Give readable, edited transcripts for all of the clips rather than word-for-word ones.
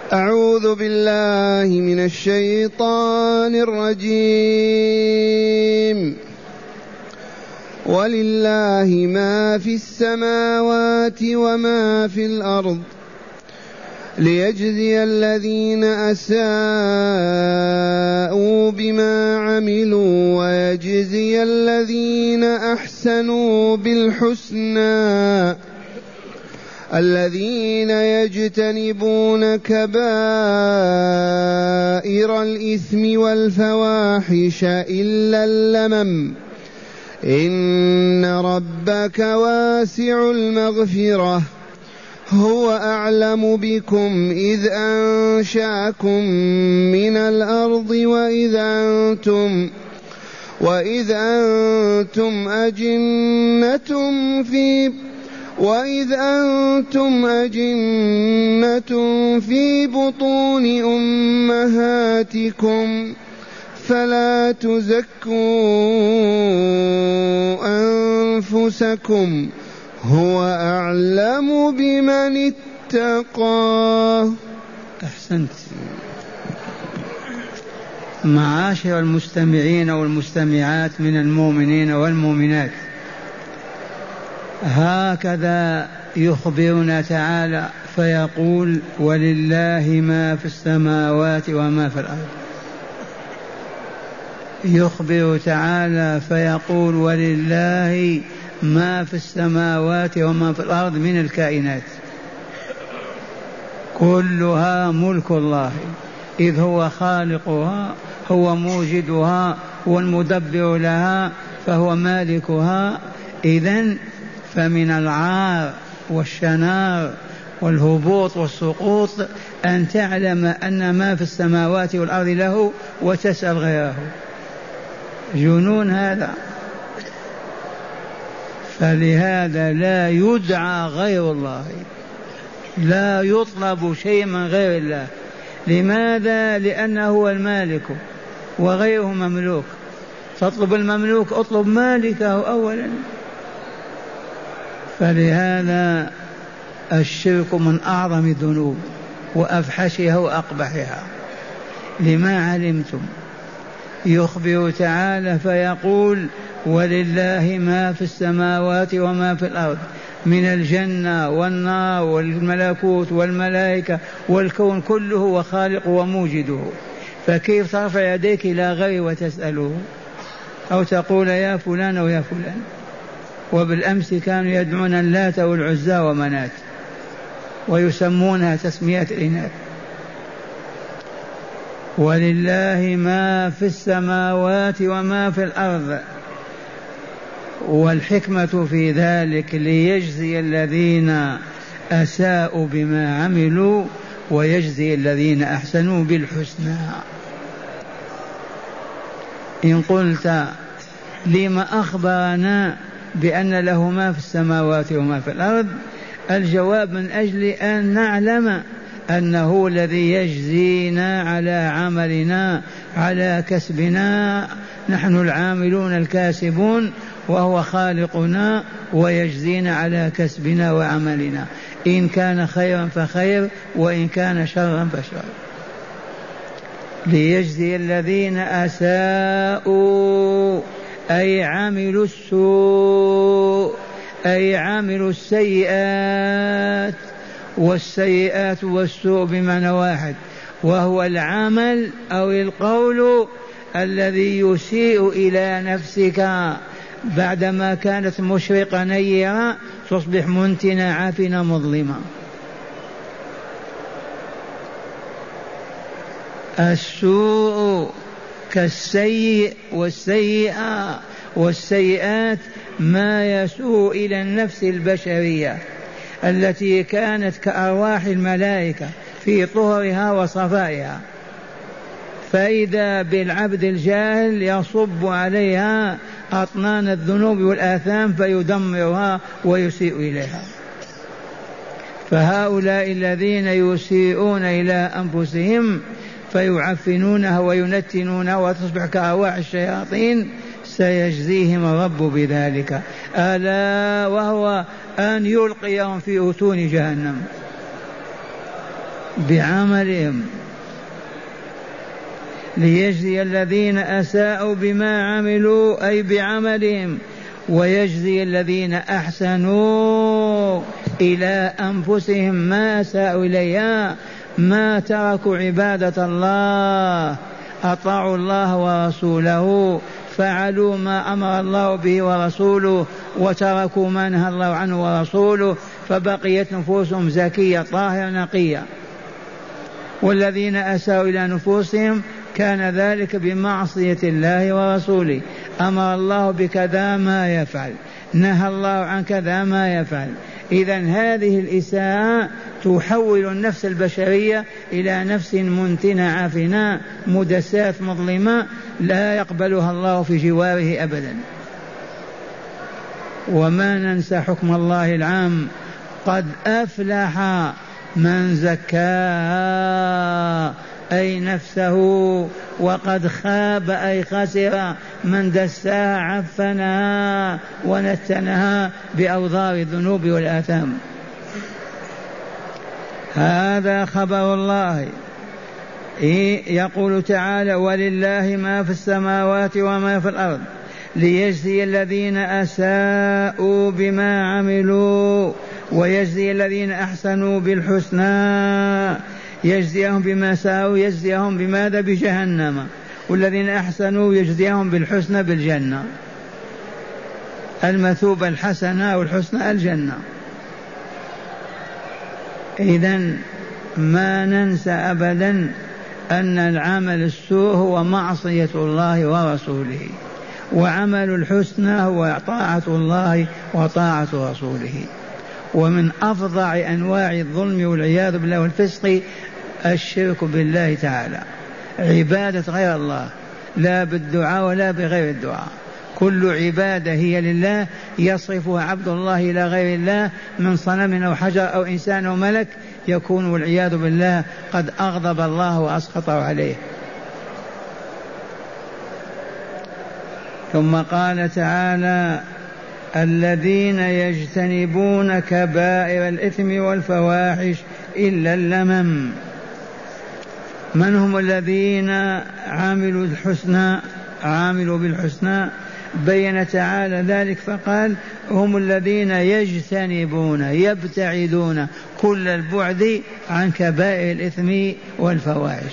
أعوذ بالله من الشيطان الرجيم. ولله ما في السماوات وما في الأرض ليجزي الذين أساءوا بما عملوا ويجزي الذين أحسنوا بالحسنى الذين يجتنبون كبائر الإثم والفواحش إلا اللمم إن ربك واسع المغفرة هو أعلم بكم إذ أنشأكم من الأرض وإذ أنتم أجنة في بطون أمهاتكم فلا تزكوا أنفسكم هو أعلم بمن اتقى. أحسنت. معاشر المستمعين والمستمعات من المؤمنين والمؤمنات، هكذا يخبرنا تعالى فيقول ولله ما في السماوات وما في الأرض. يخبر تعالى فيقول ولله ما في السماوات وما في الأرض من الكائنات، كلها ملك الله، إذ هو خالقها، هو موجدها، هو المدبر لها، فهو مالكها. إذن فمن العار والشنار والهبوط والسقوط أن تعلم أن ما في السماوات والأرض له وتسأل غيره. جنون هذا. فلهذا لا يدعى غير الله، لا يطلب شيء من غير الله. لماذا؟ لأنه هو المالك وغيره مملوك. تطلب المملوك اطلب مالكه أولا. فلهذا الشرك من أعظم الذنوب وأفحشها وأقبحها. لما علمتم. يخبر تعالى فيقول ولله ما في السماوات وما في الأرض من الجنة والنار والملكوت والملائكة والكون كله وخالق وموجده. فكيف ترفع يديك إلى غيره وتسأله أو تقول يا فلان أو يا فلان؟ وبالأمس كانوا يدعون اللات والعزى ومنات ويسمونها تسميات الإناث. ولله ما في السماوات وما في الأرض، والحكمة في ذلك ليجزي الذين أساءوا بما عملوا ويجزي الذين أحسنوا بالحسنى. إن قلت لما أخبرنا بأن له ما في السماوات وما في الأرض؟ الجواب من أجل أن نعلم أنه الذي يجزينا على عملنا على كسبنا، نحن العاملون الكاسبون، وهو خالقنا ويجزينا على كسبنا وعملنا، إن كان خيرا فخير وإن كان شرا فشر. ليجزي الذين أساءوا أي عملوا السوء، أي عملوا السيئات، والسيئات والسوء بمعنى واحد، وهو العمل أو القول الذي يسيء إلى نفسك بعدما كانت مشرقة نيرة تصبح منتنة عافنة مظلمة. السوء كالسيء والسيئة والسيئات ما يسوء إلى النفس البشرية التي كانت كأرواح الملائكة في طهرها وصفائها، فإذا بالعبد الجاهل يصب عليها أطنان الذنوب والآثام فيدمرها ويسيء إليها. فهؤلاء الذين يسيئون إلى أنفسهم فيعفنونها وينتنونها وتصبح كأرواح الشياطين سيجزيهم الرب بذلك، ألا وهو أن يلقيهم في أتون جهنم. بعملهم، ليجزي الذين أساءوا بما عملوا أي بعملهم، ويجزي الذين أحسنوا إلى أنفسهم ما أساءوا إليها، ما تركوا عبادة الله، أطاعوا الله ورسوله، فعلوا ما أمر الله به ورسوله، وتركوا ما نهى الله عنه ورسوله، فبقيت نفوسهم زكية طاهرة نقية. والذين أساءوا إلى نفوسهم كان ذلك بمعصية الله ورسوله، أمر الله بكذا ما يفعل، نهى الله عن كذا ما يفعل. إذن هذه الإساءة تحول النفس البشرية إلى نفس منتنة عافنة مدساة مظلمة لا يقبلها الله في جواره أبدا. وما ننسى حكم الله العام: قد أفلح من زكاها أي نفسه، وقد خاب أي خسر من دساها عفنها ونتنها بأوضار الذنوب والآثام. هذا خبر الله. يقول تعالى: ولله ما في السماوات وما في الأرض ليجزي الذين أساءوا بما عملوا ويجزي الذين أحسنوا بالحسنى. يجزيهم بما ساءوا، يجزيهم بماذا؟ بجهنم. والذين أحسنوا يجزيهم بالحسنى بالجنة، المثوبة الحسنة والحسنى الجنة. إذن ما ننسى أبدا أن العمل السوء هو معصية الله ورسوله، وعمل الحسنى هو طاعة الله وطاعة رسوله. ومن أفظع أنواع الظلم والعياذ بالله والفسق الشرك بالله تعالى، عبادة غير الله، لا بالدعاء ولا بغير الدعاء. كل عبادة هي لله يصرفها عبد الله إلى غير الله من صنم أو حجر أو إنسان أو ملك، يكون والعياذ بالله قد أغضب الله وأسخطه عليه. ثم قال تعالى: الذين يجتنبون كبائر الإثم والفواحش إلا اللمم. من هم الذين عاملوا بالحسنى؟ بين تعالى ذلك فقال: هم الذين يجتنبون يبتعدون كل البعد عن كبائر الإثم والفواحش.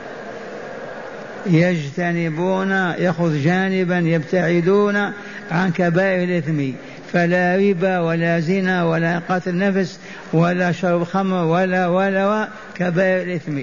يجتنبون يأخذ جانبا، يبتعدون عن كبائر الإثم، فلا ربا ولا زنا ولا قتل نفس ولا شرب خمر ولا كبائر الإثم.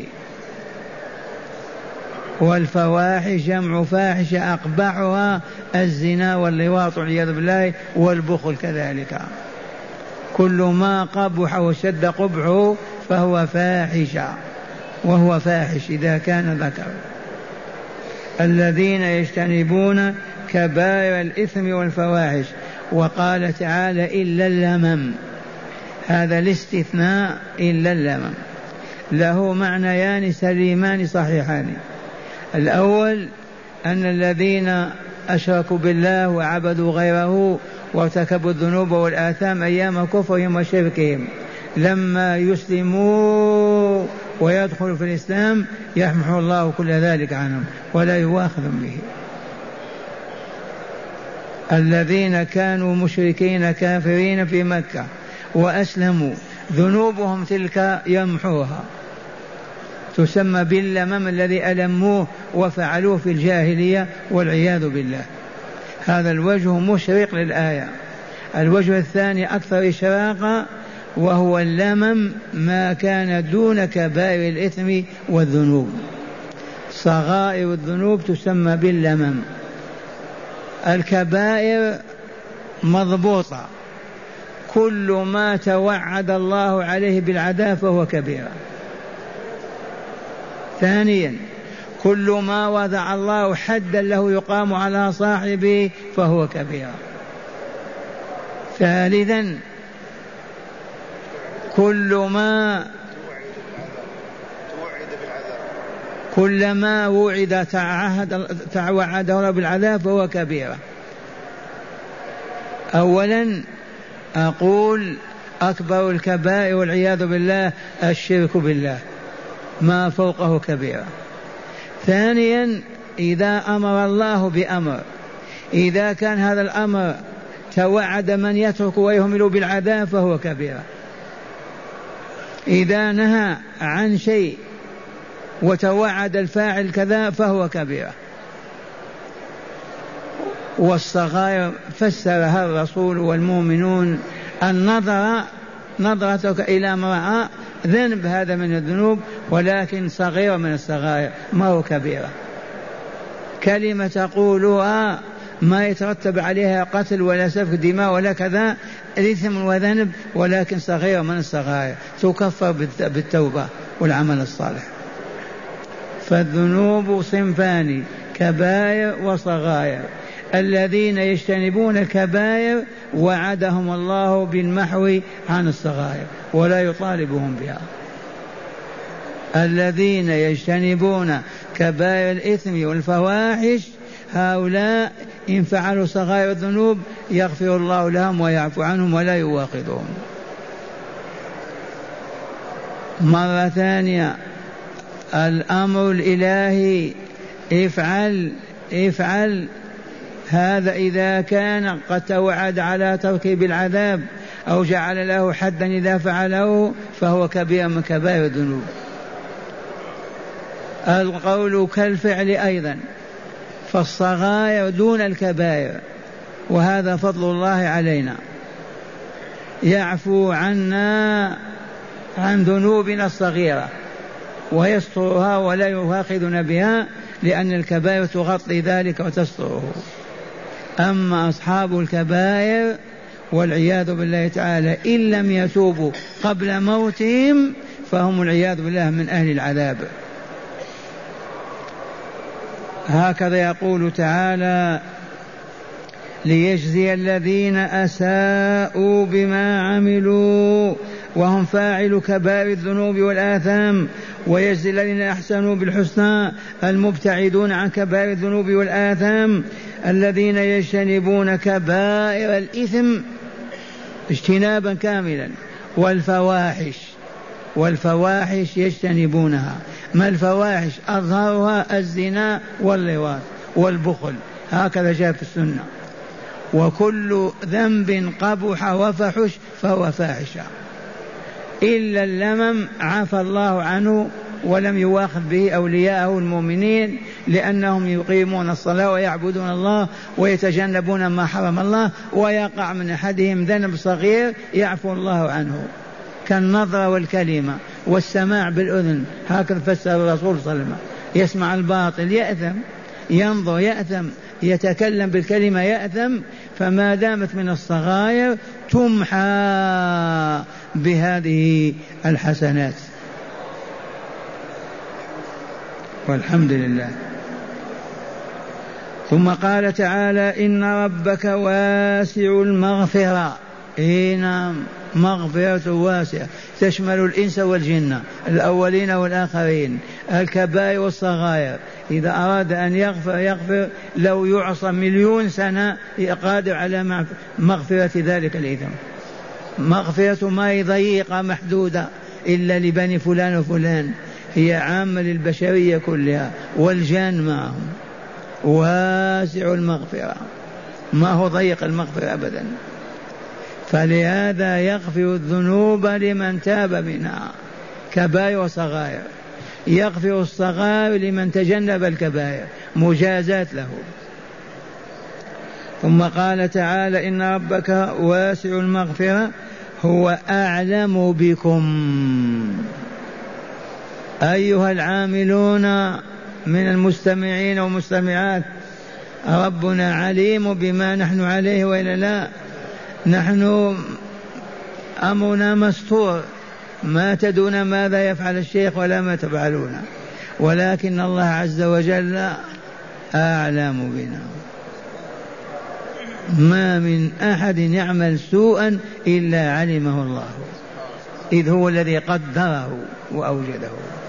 والفواحش جمع فاحشة أقبحها الزنا واللواط والعياذ بالله والبخل كذلك. كل ما قبح وشد قبحه فهو فاحشة، وهو فاحش إذا كان ذكر. الذين يجتنبون كبائر الإثم والفواحش. وقال تعالى: إلا اللمم. هذا الاستثناء إلا اللمم له معنيان سليمان صحيحان. الأول أن الذين أشركوا بالله وعبدوا غيره وارتكبوا الذنوب والآثام أيام كفرهم وشركهم، لما يسلموا ويدخلوا في الإسلام يحمح الله كل ذلك عنهم ولا يواخذهم به. الذين كانوا مشركين كافرين في مكة وأسلموا ذنوبهم تلك يمحوها، تسمى باللمم الذي ألموه وفعلوه في الجاهلية والعياذ بالله. هذا الوجه مشرق للآية. الوجه الثاني أكثر إشراقا، وهو اللمم ما كان دون كبائر الإثم والذنوب. صغائر الذنوب تسمى باللمم. الكبائر مضبوطة، كل ما توعد الله عليه بالعذاب فهو كبيرة. ثانيا كل ما وضع الله حدا له يقام على صاحبه فهو كبيرة. ثالثا كلما وعد توعده بالعذاب فهو كبيرة. أولا أقول أكبر الكبائر والعياذ بالله الشرك بالله، ما فوقه كبيرة. ثانيا إذا أمر الله بأمر، إذا كان هذا الأمر توعد من يترك ويهمل بالعذاب فهو كبيرة. إذا نهى عن شيء وتوعد الفاعل كذا فهو كبيرة. والصغائر فسرها الرسول والمؤمنون: النظر، نظرتك إلى امرأة ذنب، هذا من الذنوب، ولكن صغيرة من الصغائر، ما هو كبيرة. كلمة تقولها ما يترتب عليها قتل ولا سفك دماء ولا كذا، إثم وذنب، ولكن صغيرة من الصغائر تكفر بالتوبة والعمل الصالح. فالذنوب صنفان: كبائر وصغائر. الذين يجتنبون الكبائر وعدهم الله بالمحو عن الصغائر ولا يطالبهم بها. الذين يجتنبون كبائر الإثم والفواحش هؤلاء إن فعلوا صغائر الذنوب يغفر الله لهم ويعفو عنهم ولا يواخذهم. مرة ثانية الأمر الإلهي: افعل هذا إذا كان قد توعد على تركه بالعذاب أو جعل له حدا إذا فعله فهو كبير من كبائر الذنوب. القول كالفعل أيضا، فالصغائر دون الكبائر، وهذا فضل الله علينا، يعفو عنا عن ذنوبنا الصغيرة ويسترها ولا يؤاخذنا بها، لأن الكبائر تغطي ذلك وتستره. أما أصحاب الكبائر والعياذ بالله تعالى إن لم يتوبوا قبل موتهم فهم والعياذ بالله من أهل العذاب. هكذا يقول تعالى: ليجزي الذين أساءوا بما عملوا وهم فاعل كبائر الذنوب والآثام، ويجزي الذين أحسنوا بالحسنى المبتعدون عن كبائر الذنوب والآثام الذين يجتنبون كبائر الإثم اجتنابا كاملا والفواحش يجتنبونها. ما الفواحش؟ أظهرها الزنا واللواط والبخل، هكذا جاء في السنة. وكل ذنب قبح وفحش فهو فاحشة إلا اللمم عفى الله عنه ولم يواخذ به أولياءه المؤمنين، لأنهم يقيمون الصلاة ويعبدون الله ويتجنبون ما حرم الله، ويقع من أحدهم ذنب صغير يعفو الله عنه كالنظر والكلمة والسماع بالأذن، هكذا فسر الرسول صلى الله عليه وسلم. يسمع الباطل يأثم، ينظر يأثم، يتكلم بالكلمة يأثم، فما دامت من الصغائر تمحى بهذه الحسنات. والحمد لله. ثم قال تعالى: إن ربك واسع المغفرة. نعم، مغفرة واسعة تشمل الإنس والجن، الأولين والآخرين، الكبائر والصغائر. إذا أراد أن يغفر لو يعصى 1,000,000 سنة قادر على مغفرة ذلك الإثم. مغفرة ما ضيقة محدودة إلا لبني فلان وفلان، هي عامة للبشرية كلها والجان معهم. واسع المغفرة، ما هو ضيق المغفرة أبدا. فلهذا يغفر الذنوب لمن تاب منها كبائر وصغائر، يغفر الصغائر لمن تجنب الكبائر مجازات له. ثم قال تعالى: إن ربك واسع المغفرة هو أعلم بكم أيها العاملون من المستمعين والمستمعات. ربنا عليم بما نحن عليه وإلا لا؟ نحن أمرنا مستور، ما تدون ماذا يفعل الشيخ ولا ما تفعلون، ولكن الله عز وجل أعلم بنا. ما من أحد يعمل سوءا إلا علمه الله، إذ هو الذي قدره وأوجده.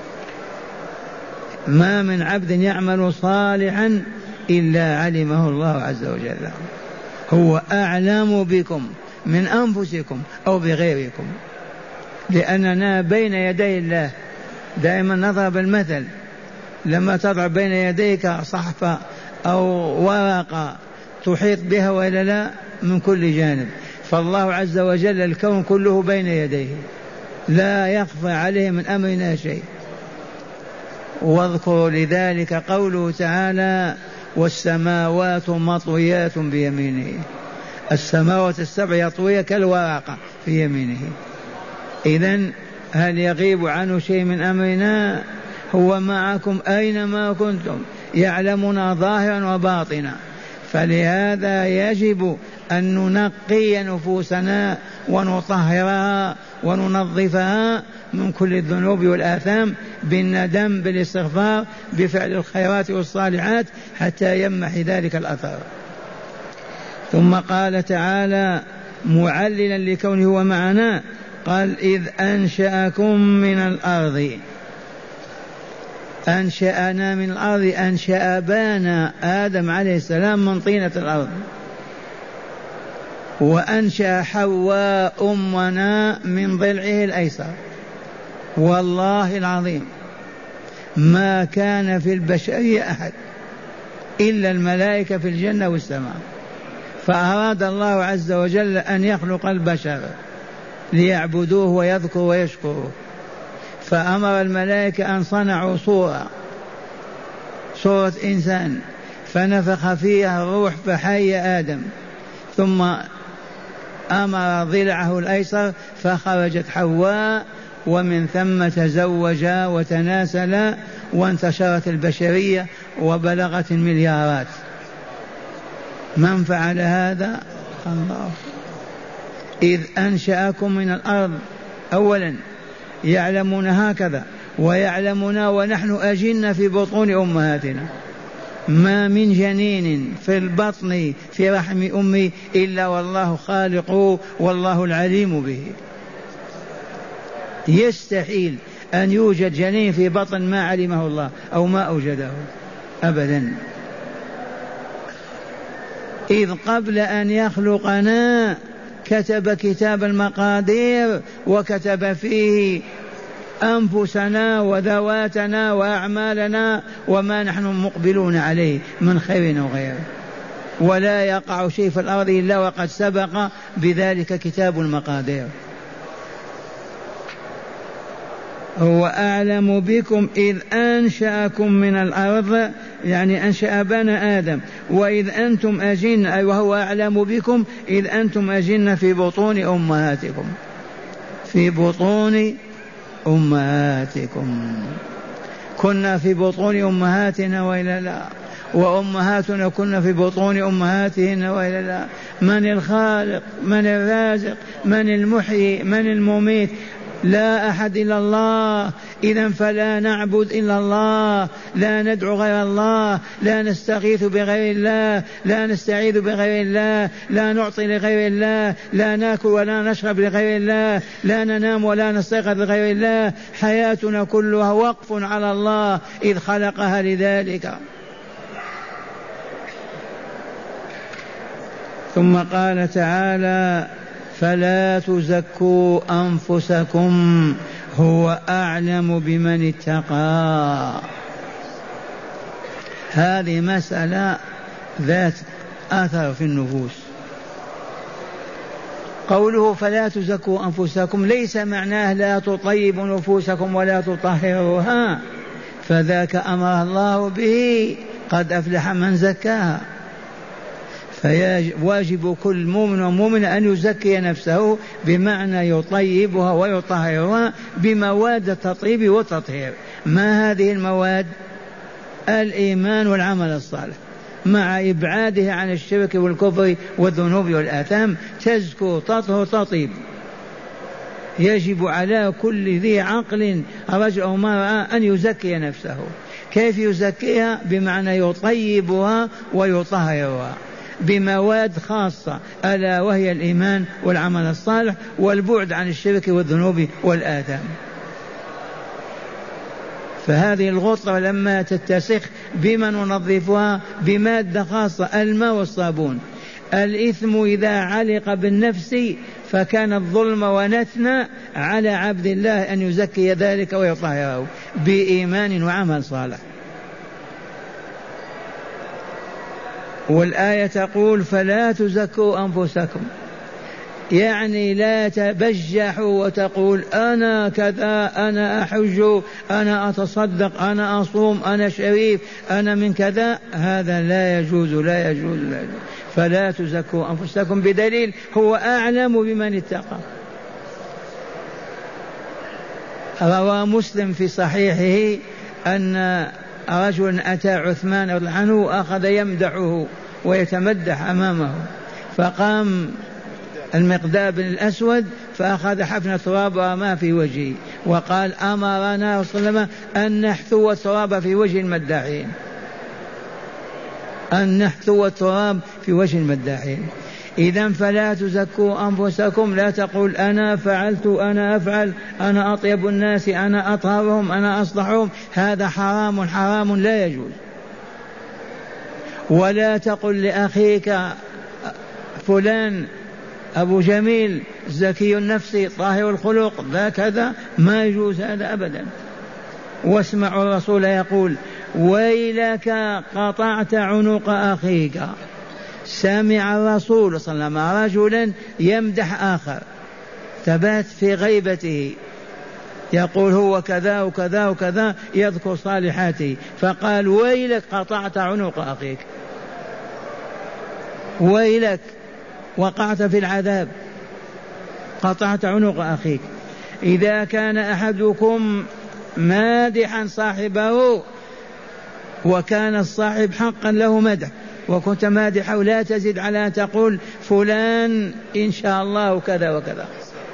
ما من عبد يعمل صالحا إلا علمه الله عز وجل. هو أعلم بكم من أنفسكم أو بغيركم، لأننا بين يدي الله دائما نضرب المثل، لما تضرب بين يديك صحفة أو ورقة تحيط بها وإلا لا من كل جانب، فالله عز وجل الكون كله بين يديه لا يخفى عليه من أمرنا شيء. واذكروا لذلك قوله تعالى والسماوات مطويات بيمينه، السماوات السبع يطوية كالورقة في يمينه. إذن هل يغيب عنه شيء من أمرنا؟ هو معكم أينما كنتم، يعلمنا ظاهرا وباطنا. فلهذا يجب أن ننقي نفوسنا ونطهرها وننظفها من كل الذنوب والآثام بالندم بالاستغفار بفعل الخيرات والصالحات حتى يمحي ذلك الأثر. ثم قال تعالى معللا لكونه هو معنا، قال إذ أنشأكم من الأرض، أنشأنا من الأرض، أنشأ أبانا آدم عليه السلام من طينة الأرض، وأنشأ حواء أمنا من ضلعه الأيسر. والله العظيم ما كان في البشرية أحد إلا الملائكة في الجنة والسماء، فأراد الله عز وجل أن يخلق البشر ليعبدوه ويذكروا ويشكروا، فأمر الملائكة أن صنعوا صورة إنسان، فنفخ فيها الروح فحي آدم، ثم أمر ضلعه الأيسر فخرجت حواء، ومن ثم تزوجا وتناسلا وانتشرت البشرية وبلغت المليارات. من فعل هذا؟ الله. إذ أنشأكم من الأرض، أولا يعلمون هكذا، ويعلمنا ونحن أجن في بطون أمهاتنا، ما من جنين في البطن في رحم أمي إلا والله خالقه والله العليم به. يستحيل أن يوجد جنين في بطن ما علمه الله أو ما أوجده أبدا. إذ قبل أن يخلقنا كتب كتاب المقادير وكتب فيه أنفسنا وذواتنا وأعمالنا وما نحن مقبلون عليه من خير وغيره، ولا يقع شيء في الأرض إلا وقد سبق بذلك كتاب المقادير. هو أعلم بكم إذ أنشأكم من الأرض، يعني أنشأ أبانا آدم، وإذ أنتم أجن، أي وهو أعلم بكم إذ أنتم أجن في بطون أمهاتكم، في بطون أمهاتكم. كنا في بطون أمهاتنا وإلا لا؟ وأمهاتنا كنا في بطون أمهاتهن وإلا لا؟ من الخالق؟ من الرازق؟ من المحيي؟ من المميت؟ لا أحد إلا الله. إذن فلا نعبد إلا الله، لا ندعو غير الله، لا نستغيث بغير الله، لا نستعيذ بغير الله، لا نعطي لغير الله، لا ناكل ولا نشرب لغير الله، لا ننام ولا نستيقظ لغير الله. حياتنا كلها وقف على الله إذ خلقها لذلك. ثم قال تعالى فلا تزكوا أنفسكم هو أعلم بمن اتقى. هذه مسألة ذات أثر في النفوس. قوله فلا تزكوا أنفسكم ليس معناه لا تطيبوا نفوسكم ولا تطهروها، فذاك أمر الله به، قد أفلح من زكاها. فواجب كل مؤمن ومؤمن أن يزكي نفسه، بمعنى يطيبها ويطهرها بمواد التطيب والتطهير. ما هذه المواد؟ الإيمان والعمل الصالح، مع إبعاده عن الشرك والكفر والذنوب والآثام، تزكو تطهر تطيب. يجب على كل ذي عقل رجل أو امرأة أن يزكي نفسه. كيف يزكيها؟ بمعنى يطيبها ويطهرها بمواد خاصة، ألا وهي الإيمان والعمل الصالح والبعد عن الشرك والذنوب والآثام. فهذه الغطرة لما تتسخ بما ننظفها؟ بمادة خاصة، الماء والصابون. الإثم إذا علق بالنفس فكان الظلم ونتنا على عبد الله أن يزكي ذلك ويطهره بإيمان وعمل صالح. والآية تقول فلا تزكوا أنفسكم، يعني لا تبجحوا وتقول أنا كذا، أنا أحج، أنا أتصدق، أنا أصوم، أنا شريف، أنا من كذا. هذا لا يجوز لا يجوز لا يجوز. فلا تزكوا أنفسكم بدليل هو أعلم بمن اتقى. روى مسلم في صحيحه أن رجلا أتى عثمان رضي الله عنه وأخذ يمدحه ويتمدح أمامه، فقام المقداد بن الأسود فأخذ حفنة تراب ورماه في وجهه وقال أمرنا رسول الله صلى الله عليه وسلم أن نحثو التراب في وجه المداحين، أن نحثو التراب في وجه المداحين. إذن فلا تزكوا أنفسكم، لا تقول أنا فعلت، أنا أفعل، أنا أطيب الناس، أنا أطهرهم، أنا أصلحهم. هذا حرام حرام لا يجوز. ولا تقل لأخيك فلان أبو جميل زكي النفس طاهر الخلق ذا كذا، ما يجوز هذا أبدا. واسمعوا الرسول يقول ويلك قطعت عنق أخيك. سمع الرسول صلى الله عليه وسلم رجلا يمدح آخر، ثبات في غيبته، يقول هو كذا وكذا وكذا، يذكر صالحاته، فقال ويلك قطعت عنق أخيك، ويلك وقعت في العذاب، قطعت عنق أخيك. إذا كان أحدكم مادحا صاحبه وكان الصاحب حقا له مدح وكنت مادحه، لا تزد على أن تقول فلان إن شاء الله كذا وكذا،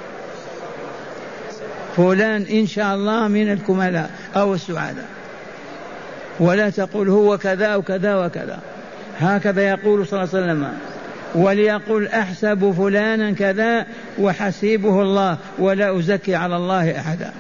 فلان إن شاء الله من الكملاء أو السعادة، ولا تقول هو كذا وكذا وكذا. هكذا يقول صلى الله عليه وسلم. وليقول أحسب فلانا كذا وحسيبه الله ولا أزكي على الله أحدا.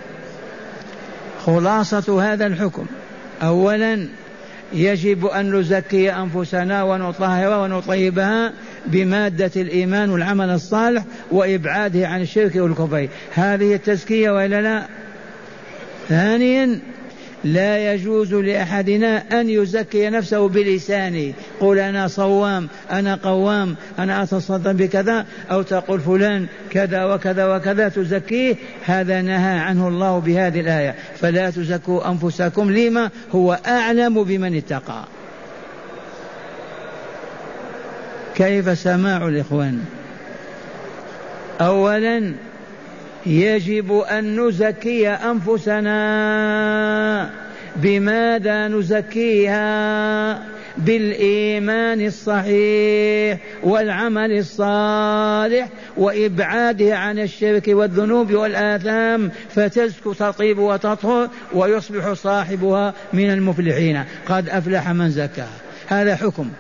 خلاصة هذا الحكم: أولا يجب أن نزكي أنفسنا ونطهر ونطيبها بمادة الإيمان والعمل الصالح وإبعاده عن الشرك والكفر، هذه التزكية وإلا لا؟ ثانيا لا يجوز لأحدنا أن يزكي نفسه بلسانه، قل أنا صوام، أنا قوام، أنا أتصدق بكذا، أو تقول فلان كذا وكذا وكذا تزكيه. هذا نهى عنه الله بهذه الآية: فلا تزكوا أنفسكم. لما؟ هو أعلم بمن اتقى. كيف سماع الإخوان؟ أولا يجب أن نزكي أنفسنا. بماذا نزكيها؟ بالإيمان الصحيح والعمل الصالح وإبعادها عن الشرك والذنوب والآثام، فتزكو تطيب وتطهر ويصبح صاحبها من المفلحين. قد أفلح من زكاها. هذا حكم.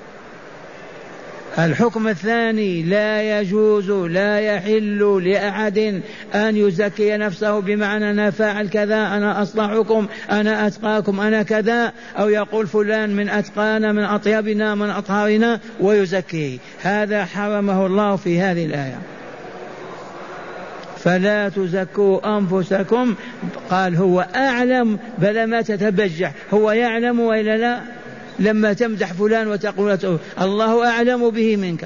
الحكم الثاني: لا يجوز لا يحل لأحد أن يزكي نفسه بمعنى أنا فاعل كذا، أنا أصلحكم، أنا أتقاكم، أنا كذا، أو يقول فلان من أتقانا، من أطيبنا، من أطهارنا ويزكيه. هذا حرمه الله في هذه الآية. فلا تزكوا أنفسكم. قال هو أعلم، بل ما تتبجح، هو يعلم وإلا لا؟ لما تمدح فلان وتقول الله أعلم به منك،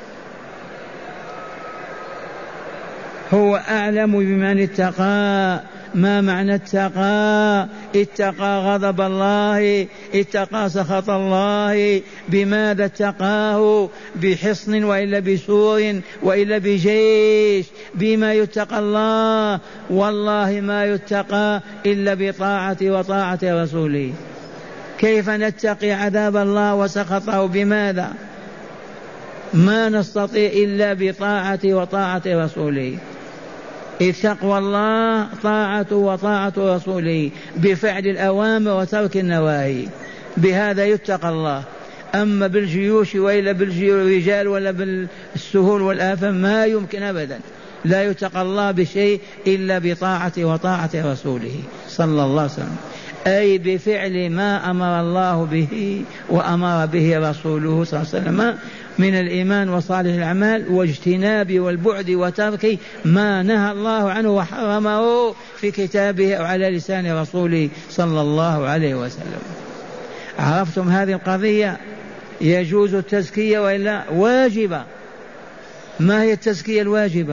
هو أعلم بمن اتقى. ما معنى اتقى؟ اتقى غضب الله، اتقى سخط الله. بماذا اتقاه؟ بحصن وإلا بسور وإلا بجيش؟ بما يتقى الله؟ والله ما يتقى إلا بطاعة وطاعة رسوله. كيف نتقي عذاب الله وسخطه؟ بماذا؟ ما نستطيع إلا بطاعة وطاعة رسوله. إذ تقوى الله طاعة وطاعة رسوله بفعل الأوامر وترك النواهي، بهذا يتقى الله. أما بالجيوش وإلا بالرجال ولا بالسهول والآفة ما يمكن أبدا. لا يتقى الله بشيء إلا بطاعة وطاعة رسوله صلى الله عليه وسلم، أي بفعل ما أمر الله به وأمر به رسوله صلى الله عليه وسلم، من الإيمان وصالح الأعمال واجتناب والبعد وترك ما نهى الله عنه وحرمه في كتابه أو على لسان رسوله صلى الله عليه وسلم. عرفتم هذه القضية؟ يجوز التزكية وإلا واجبة. ما هي التزكية الواجبة؟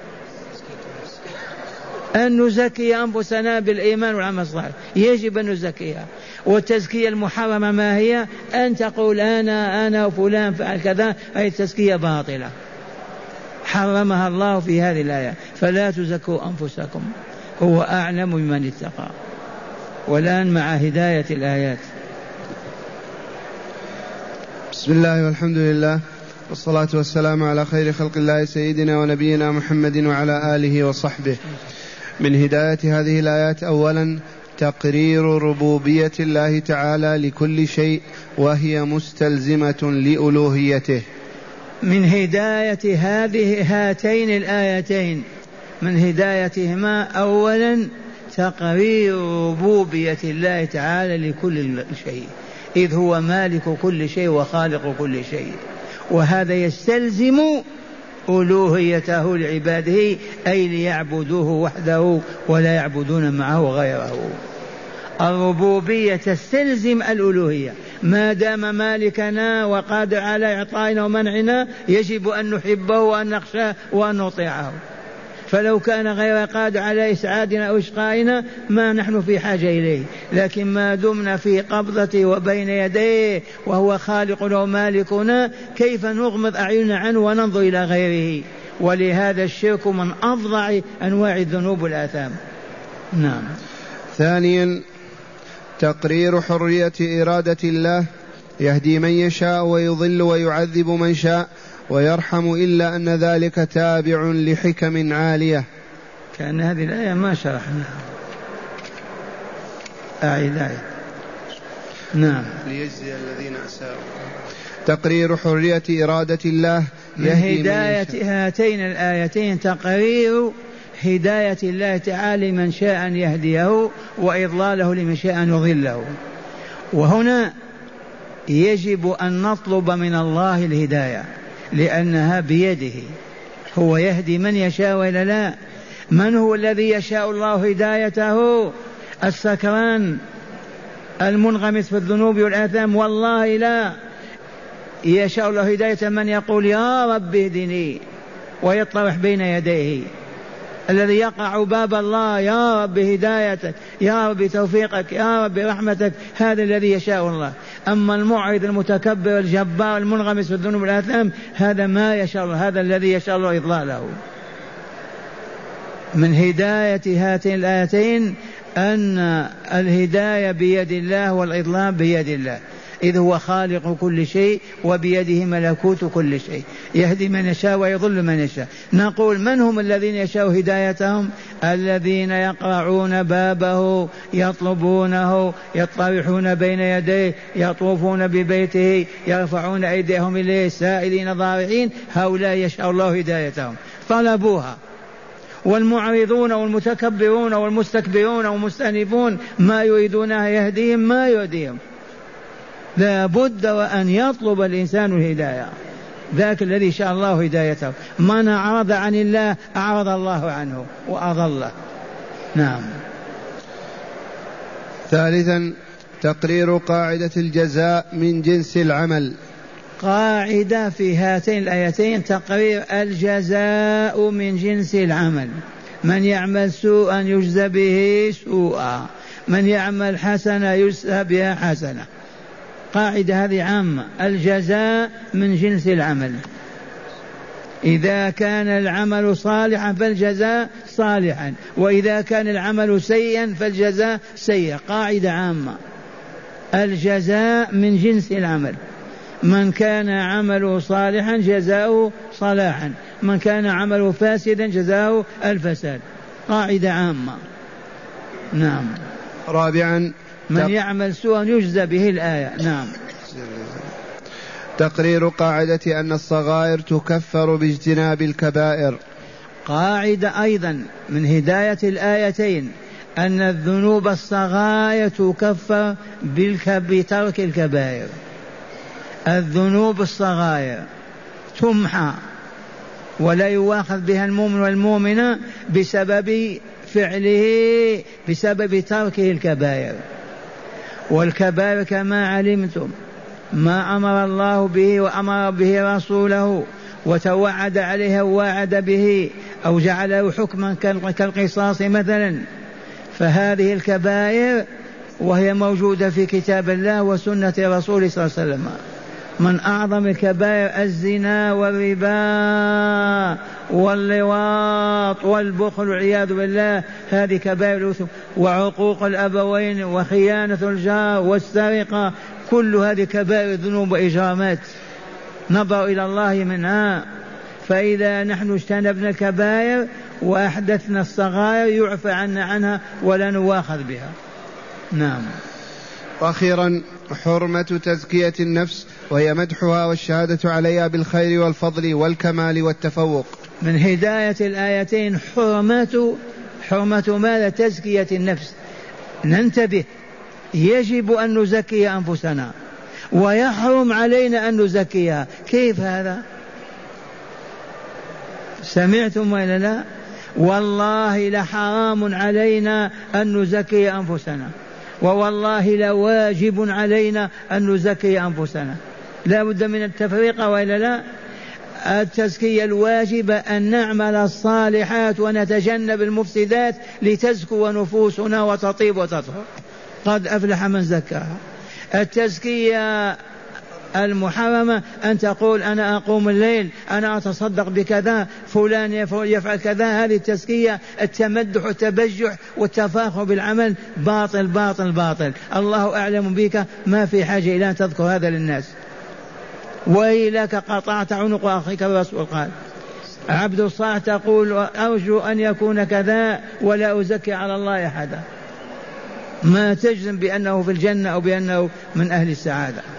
أن نزكي أنفسنا بالإيمان والعمل الصالح، يجب أن نزكيها. والتزكية المحرمة ما هي؟ أن تقول أنا وفلان فعل كذا، هذه التزكية باطلة حرمها الله في هذه الآية. فلا تزكوا أنفسكم، هو أعلم بمن اتقى. والآن مع هداية الآيات. بسم الله والحمد لله والصلاة والسلام على خير خلق الله سيدنا ونبينا محمد وعلى آله وصحبه. من هداية هذه الآيات أولا تقرير ربوبية الله تعالى لكل شيء وهي مستلزمة لألوهيته. من هداية هاتين الآيتين، من هدايتهما أولا تقرير ربوبية الله تعالى لكل شيء، إذ هو مالك كل شيء وخالق كل شيء، وهذا يستلزم ألوهيته لعباده، أي ليعبدوه وحده ولا يعبدون معه غيره. الربوبية تستلزم الألوهية، ما دام مالكنا وقادر على إعطائنا ومنعنا يجب أن نحبه وأن نخشاه وأن نطيعه. فلو كان غير قادر على إسعادنا أو إشقائنا ما نحن في حاجة إليه، لكن ما دمنا في قبضته وبين يديه وهو خالقنا ومالكنا، كيف نغمض أعيننا عنه وننظر إلى غيره؟ ولهذا الشرك من أفظع أنواع الذنوب والآثام. نعم. ثانيا تقرير حرية إرادة الله، يهدي من يشاء ويضل ويعذب من شاء ويرحم، إلا أن ذلك تابع لحكم عالية. كأن هذه الآية ما شرحناها، أعيد. نعم. ليجزي الذين أساءوا. تقرير حرية إرادة الله، من هداية هاتين الآيتين تقرير هداية الله تعالى من شاء أن يهديه وإضلاله لمن شاء أن يضله. وهنا يجب أن نطلب من الله الهداية لأنها بيده، هو يهدي من يشاء وإلا لا. من هو الذي يشاء الله هدايته؟ السكران المنغمس في الذنوب والآثام؟ والله لا. يشاء الله هداية من يقول يا رب اهدني ويطرح بين يديه، الذي يقع باب الله يا رب هدايتك، يا رب توفيقك، يا رب رحمتك، هذا الذي يشاء الله. أما المعرض المتكبر الجبار المنغمس في الذنوب والآثام هذا ما يشاء الله، هذا الذي يشاء الله إضلاله. من هداية هاتين الآيتين أن الهداية بيد الله والإضلال بيد الله، إذ هو خالق كل شيء وبيده ملكوت كل شيء، يهدي من يشاء ويضل من يشاء. نقول من هم الذين يشاء هدايتهم؟ الذين يقرعون بابه يطلبونه، يطرحون بين يديه، يطوفون ببيته، يرفعون أيديهم إليه سائلين ضارعين، هؤلاء يشاء الله هدايتهم، طلبوها. والمعرضون والمتكبرون والمستكبرون والمستأنفون ما يريدونها يهديهم ما يهديهم. لا بد وأن يطلب الإنسان الهداية، ذاك الذي شاء الله هدايته. من أعرض عن الله أعرض الله عنه وأضله. نعم. ثالثا تقرير قاعدة الجزاء من جنس العمل. قاعدة في هاتين الآيتين تقرير الجزاء من جنس العمل. من يعمل سوءا يجزى به سوءا، من يعمل حسنة يجزى بها حسنة. قاعدة هذه عامة، الجزاء من جنس العمل. إذا كان العمل صالحا فالجزاء صالحا، وإذا كان العمل سيئا فالجزاء سيئا. قاعدة عامة، الجزاء من جنس العمل. من كان عمله صالحا جزاؤه صلاحا، من كان عمله فاسدا جزاؤه الفساد. قاعدة عامة. نعم. رابعا من يعمل سوءا يجزى به الآية. نعم. تقرير قاعدة أن الصغائر تكفر باجتناب الكبائر. قاعدة أيضا من هداية الآيتين أن الذنوب الصغائر تكفر بترك الكبائر. الذنوب الصغائر تمحى ولا يؤاخذ بها المؤمن والمؤمنة بسبب فعله، بسبب تركه الكبائر. والكبائر كما علمتم ما أمر الله به وأمر به رسوله وتوعد عليها ووعد به أو جعله حكما كالقصاص مثلا، فهذه الكبائر وهي موجودة في كتاب الله وسنة رسوله صلى الله عليه وسلم. من أعظم الكبائر الزنا والربا واللواط والبخل والعياذ بالله، هذه كبائر الإثم، وعقوق الأبوين وخيانة الجار والسرقة، كل هذه كبائر ذنوب وإجرامات نظر إلى الله منها. فإذا نحن اجتنبنا الكبائر وأحدثنا الصغائر يعفى عنا عنها ولا نواخذ بها. نعم. وأخيرا حرمة تزكية النفس، وهي مدحها والشهادة عليها بالخير والفضل والكمال والتفوق. من هداية الآيتين حرمة ماذا؟ تزكية النفس. ننتبه، يجب أن نزكي أنفسنا ويحرم علينا أن نزكيها. كيف هذا؟ سمعتم ولا لا؟ والله لحرام علينا أن نزكي أنفسنا، ووالله لواجب علينا أن نزكي أنفسنا. لا بد من التفرقة وإلا لا؟ التزكية الواجبة أن نعمل الصالحات ونتجنب المفسدات لتزكو نفوسنا وتطيب وتطهر. قد أفلح من زكاها. التزكية المحرمة أن تقول أنا أقوم الليل، أنا أتصدق بكذا، فلان يفعل كذا. هذه التزكية التمدح والتبجح والتفاخر بالعمل باطل باطل باطل. الله أعلم بك، ما في حاجة إلى أن تذكر هذا للناس. ويلك قطعت عنق أخيك. الرسول قال عبد الصالح تقول أرجو أن يكون كذا ولا أزكي على الله أحدا، ما تجزم بأنه في الجنة أو بأنه من أهل السعادة.